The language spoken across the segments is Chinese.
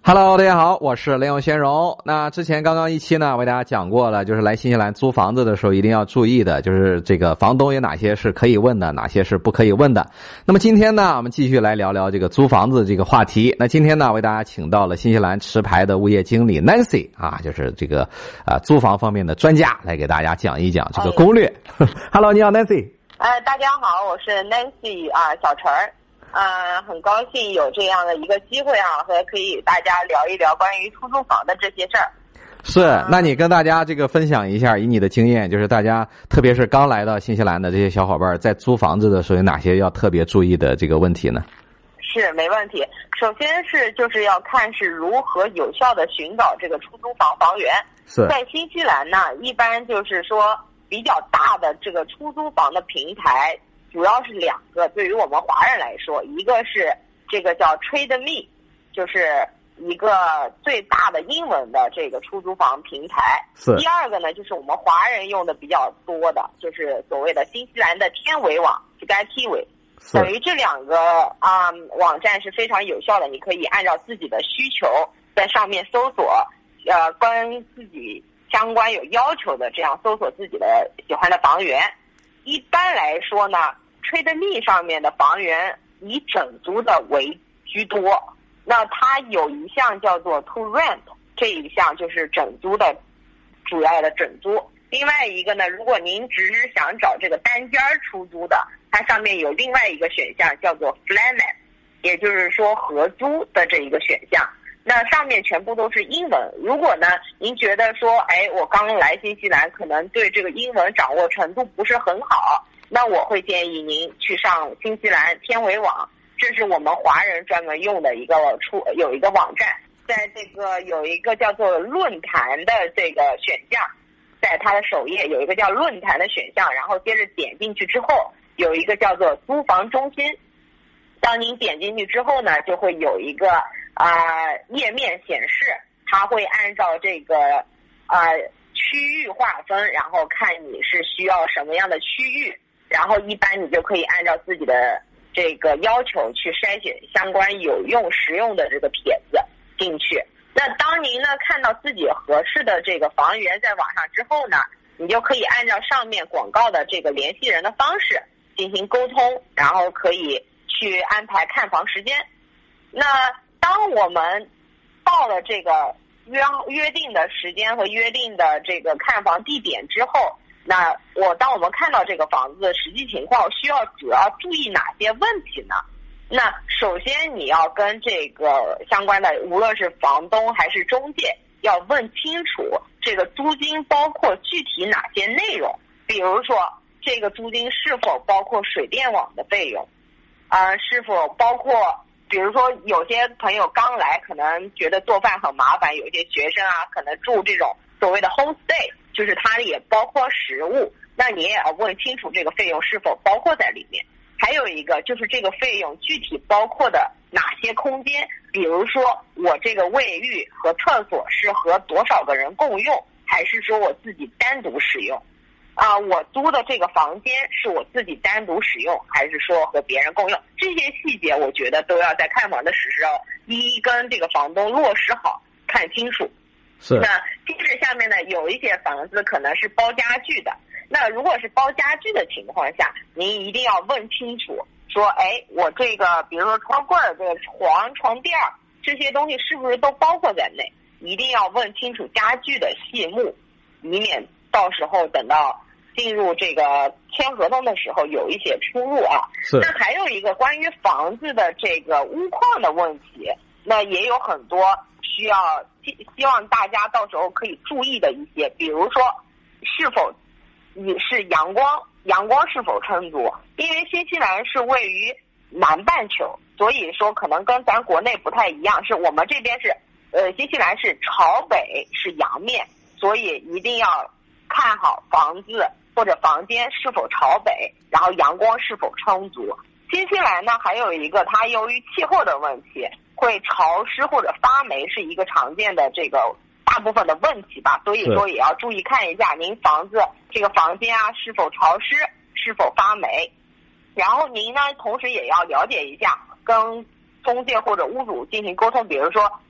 Hello， 大家好，我是雷永先荣。那之前刚刚一期呢，为大家讲过了，就是来新西兰租房子的时候一定要注意的，就是这个房东有哪些是可以问的，哪些是不可以问的。那么今天呢，我们继续来聊聊这个租房子这个话题。那今天呢，为大家请到了新西兰持牌的物业经理 Nancy 啊，就是这个租房方面的专家，来给大家讲一讲这个攻略。Hello， 你好 Nancy。 大家好，我是 Nancy 小陈儿。很高兴有这样的一个机会和可以大家聊一聊关于出租房的这些事儿。 是，那你跟大家这个分享一下，以你的经验，就是大家特别是刚来到新西兰的这些小伙伴，在租房子的时候有哪些要特别注意的这个问题呢？ 是，没问题。首先就是要看是如何有效的寻找这个出租房房源。 是在新西兰呢，一般就是说比较大的这个出租房的平台。主要是两个，对于我们华人来说，一个是这个叫 TradeMe， 就是一个最大的英文的这个出租房平台。第二个呢，就是我们华人用的比较多的，就是所谓的新西兰的天维网 SkyTV。等于这两个网站是非常有效的，你可以按照自己的需求在上面搜索，跟自己相关有要求的，这样搜索自己的喜欢的房源。一般来说呢，TradeMe 上面的房源以整租的为居多，那它有一项叫做 To Rent， 这一项就是整租的主要的整租。另外一个呢，如果您只是想找这个单间出租的，它上面有另外一个选项叫做 Flatnet， 也就是说合租的这一个选项。那上面全部都是英文。如果呢，您觉得说，我刚来新西兰，可能对这个英文掌握程度不是很好，那我会建议您去上新西兰天维网，这是我们华人专门用的有一个网站，在这个有一个叫做论坛的这个选项，在它的首页有一个叫论坛的选项，然后接着点进去之后，有一个叫做租房中心。当您点进去之后呢，就会有一个页面显示，它会按照这个区域划分，然后看你是需要什么样的区域，然后一般你就可以按照自己的这个要求去筛选相关有用实用的这个帖子进去。那当您呢看到自己合适的这个房源在网上之后呢，你就可以按照上面广告的这个联系人的方式进行沟通，然后可以去安排看房时间。那当我们到了这个约定的时间和约定的这个看房地点之后，那当我们看到这个房子实际情况，主要注意哪些问题呢？那首先你要跟这个相关的，无论是房东还是中介，要问清楚这个租金包括具体哪些内容，比如说这个租金是否包括水电网的费用，是否包括，比如说有些朋友刚来可能觉得做饭很麻烦，有些学生可能住这种所谓的 homestay， 就是它也包括食物，那你也要问清楚这个费用是否包括在里面。还有一个就是这个费用具体包括的哪些空间，比如说我这个卫浴和厕所是和多少个人共用，还是说我自己单独使用，我租的这个房间是我自己单独使用，还是说和别人共用，这些细节我觉得都要在看房的时候一一跟这个房东落实好，看清楚。 是。 那接着下面呢，有一些房子可能是包家具的，那如果是包家具的情况下，您一定要问清楚，说我这个比如说床柜这个床垫这些东西是不是都包括在内，一定要问清楚家具的细目，以免到时候等到进入这个签合同的时候有一些出入是。 那还有一个关于房子的这个屋况的问题，那也有很多希望大家到时候可以注意的一些，比如说是否是阳光是否充足，因为新西兰是位于南半球，所以说可能跟咱国内不太一样，是我们这边是新西兰是朝北是阳面，所以一定要看好房子或者房间是否朝北，然后阳光是否充足。新西兰呢还有一个，它由于气候的问题，会潮湿或者发霉是一个常见的这个大部分的问题吧，所以说也要注意看一下您房子这个房间是否潮湿，是否发霉。然后您呢同时也要了解一下，跟中介或者屋主进行沟通，比如说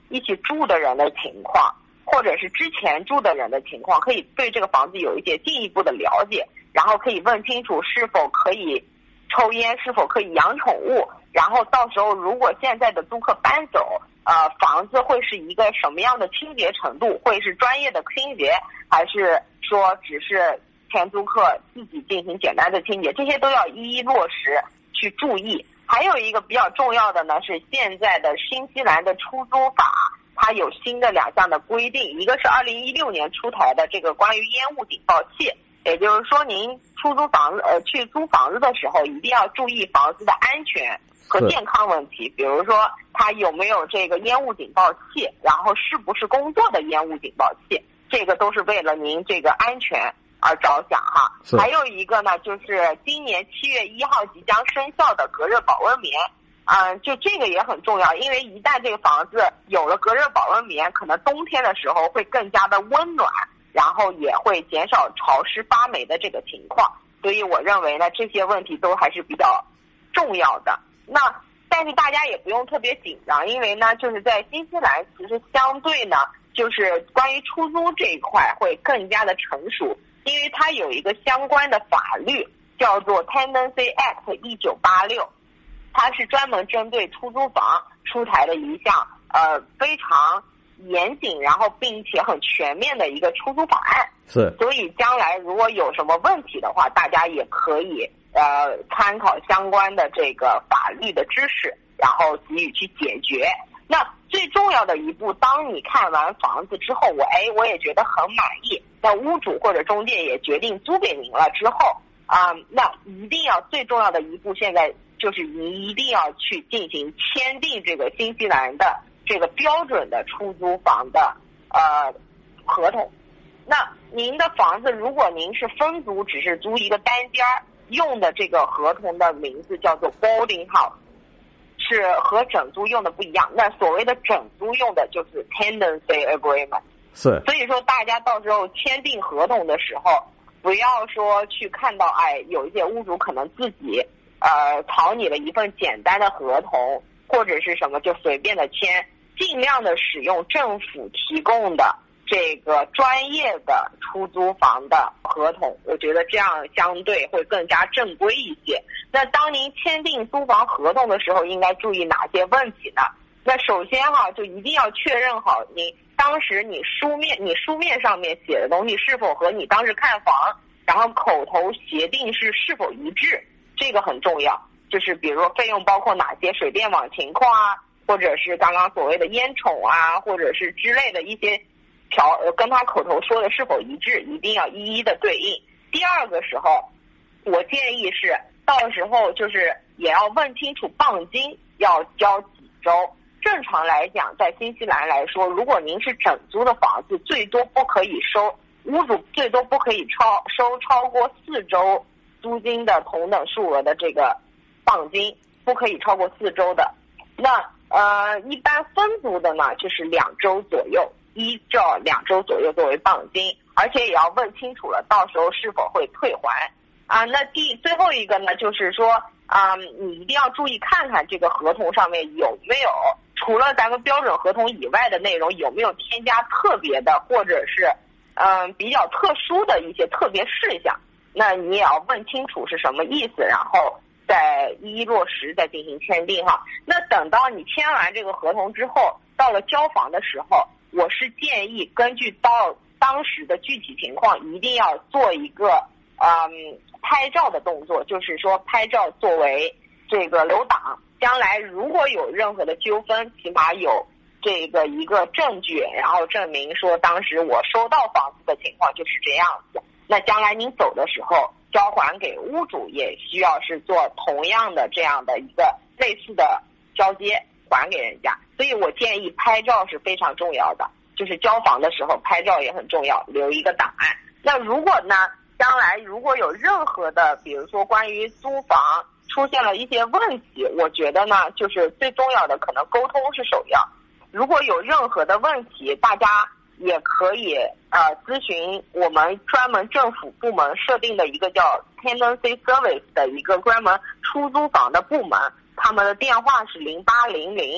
一起住的人的情况，或者是之前住的人的情况，可以对这个房子有一些进一步的了解，然后可以问清楚是否可以抽烟，是否可以养宠物，然后到时候如果现在的租客搬走，房子会是一个什么样的清洁程度，会是专业的清洁，还是说只是前租客自己进行简单的清洁，这些都要一一落实去注意。还有一个比较重要的呢，是现在的新西兰的出租法，它有新的2项的规定，一个是2016年出台的这个关于烟雾警报器，也就是说您去租房子的时候一定要注意房子的安全和健康问题，比如说它有没有这个烟雾警报器，然后是不是工作的烟雾警报器，这个都是为了您这个安全而着想哈。还有一个呢，就是今年7月1号即将生效的隔热保温棉，就这个也很重要，因为一旦这个房子有了隔热保温棉，可能冬天的时候会更加的温暖，然后也会减少潮湿发霉的这个情况，所以我认为呢，这些问题都还是比较重要的。但是大家也不用特别紧张，因为呢，就是在新西兰其实相对呢，就是关于出租这一块会更加的成熟，因为它有一个相关的法律叫做 Tenancy Act 1986，它是专门针对出租房出台的一项非常严谨，然后并且很全面的一个出租法案。所以将来如果有什么问题的话，大家也可以参考相关的这个法律的知识，然后给予去解决。那最重要的一步，当你看完房子之后，我也觉得很满意，那屋主或者中介也决定租给您了之后那一定要最重要的一步，现在就是您一定要去进行签订这个新西兰的这个标准的出租房的合同。那您的房子如果您是分租，只是租一个单间，用的这个合同的名字叫做 boarding house， 是和整租用的不一样。那所谓的整租用的就是 tenancy agreement。所以说大家到时候签订合同的时候，不要说去看到有一些屋主可能自己草拟了一份简单的合同或者是什么就随便的签，尽量的使用政府提供的这个专业的出租房的合同，我觉得这样相对会更加正规一些。那当您签订租房合同的时候，应该注意哪些问题呢？那首先就一定要确认好你当时你书面上面写的东西是否和你当时看房然后口头协定是否一致，这个很重要。就是比如说费用包括哪些水电网情况或者是刚刚所谓的烟宠或者是之类的一些跟他口头说的是否一致，一定要一一的对应。第二个时候，我建议是到时候就是也要问清楚磅金要交几周。正常来讲，在新西兰来说，如果您是整租的房子，最多不可以屋主最多不可以收超过4周租金的同等数额的这个磅金，不可以超过4周的。那一般分租的呢，就是2周左右，依照2周左右作为磅金，而且也要问清楚了，到时候是否会退还那最后一个呢，就是说你一定要注意看看这个合同上面有没有除了咱们标准合同以外的内容，有没有添加特别的或者是比较特殊的一些特别事项，那你也要问清楚是什么意思，然后再一一落实，再进行签订哈。那等到你签完这个合同之后，到了交房的时候，我是建议根据当时的具体情况，一定要做一个拍照的动作，就是说拍照作为这个留档，将来如果有任何的纠纷，起码有这个一个证据，然后证明说当时我收到房子的情况就是这样子。那将来您走的时候交还给屋主，也需要是做同样的这样的一个类似的交接还给人家。所以我建议拍照是非常重要的，就是交房的时候拍照也很重要，留一个档案。那如果呢，将来如果有任何的比如说关于租房出现了一些问题，我觉得呢，就是最重要的可能沟通是首要。如果有任何的问题，大家也可以咨询我们专门政府部门设定的一个叫 Tenancy Service 的一个专门出租房的部门，他们的电话是0800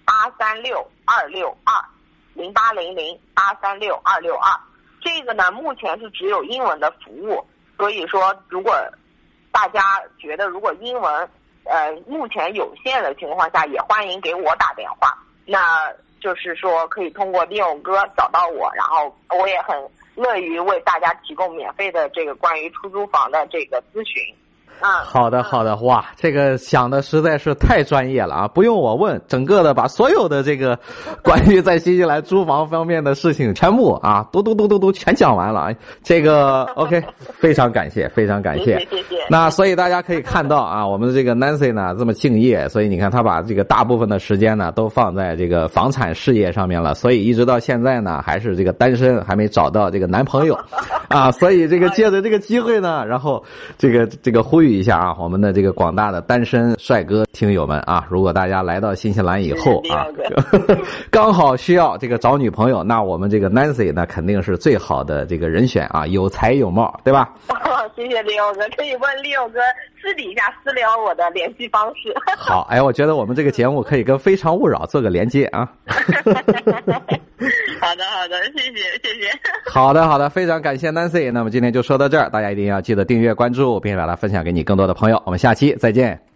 0800-262，0800-262。这个呢，目前是只有英文的服务，所以说如果大家觉得如果英文目前有限的情况下，也欢迎给我打电话。那就是说可以通过Leo哥找到我，然后我也很乐于为大家提供免费的这个关于出租房的这个咨询。 好的，哇，这个想的实在是太专业了啊！不用我问，整个的把所有的这个关于在新西兰租房方面的事情全部啊，都全讲完了啊！这个 OK， 非常感谢，非常感谢， 谢谢。 那所以大家可以看到啊，我们的这个 Nancy 呢这么敬业，所以你看她把这个大部分的时间呢都放在这个房产事业上面了，所以一直到现在呢还是这个单身，还没找到这个男朋友啊，所以这个借着这个机会呢，然后这个呼吁一下啊，我们的这个广大的单身帅哥听友们啊，如果大家来到新西兰以后啊，刚好需要这个找女朋友，那我们这个 Nancy 那肯定是最好的这个人选啊，有才有貌，对吧？ 谢谢Leo哥，可以问Leo哥私底下私聊我的联系方式。 好，哎，我觉得我们这个节目可以跟《非诚勿扰》做个连接啊。 好的，谢谢。 好的，非常感谢 Nancy。那么今天就说到这儿，大家一定要记得订阅关注，并且把它分享给你更多的朋友。我们下期再见。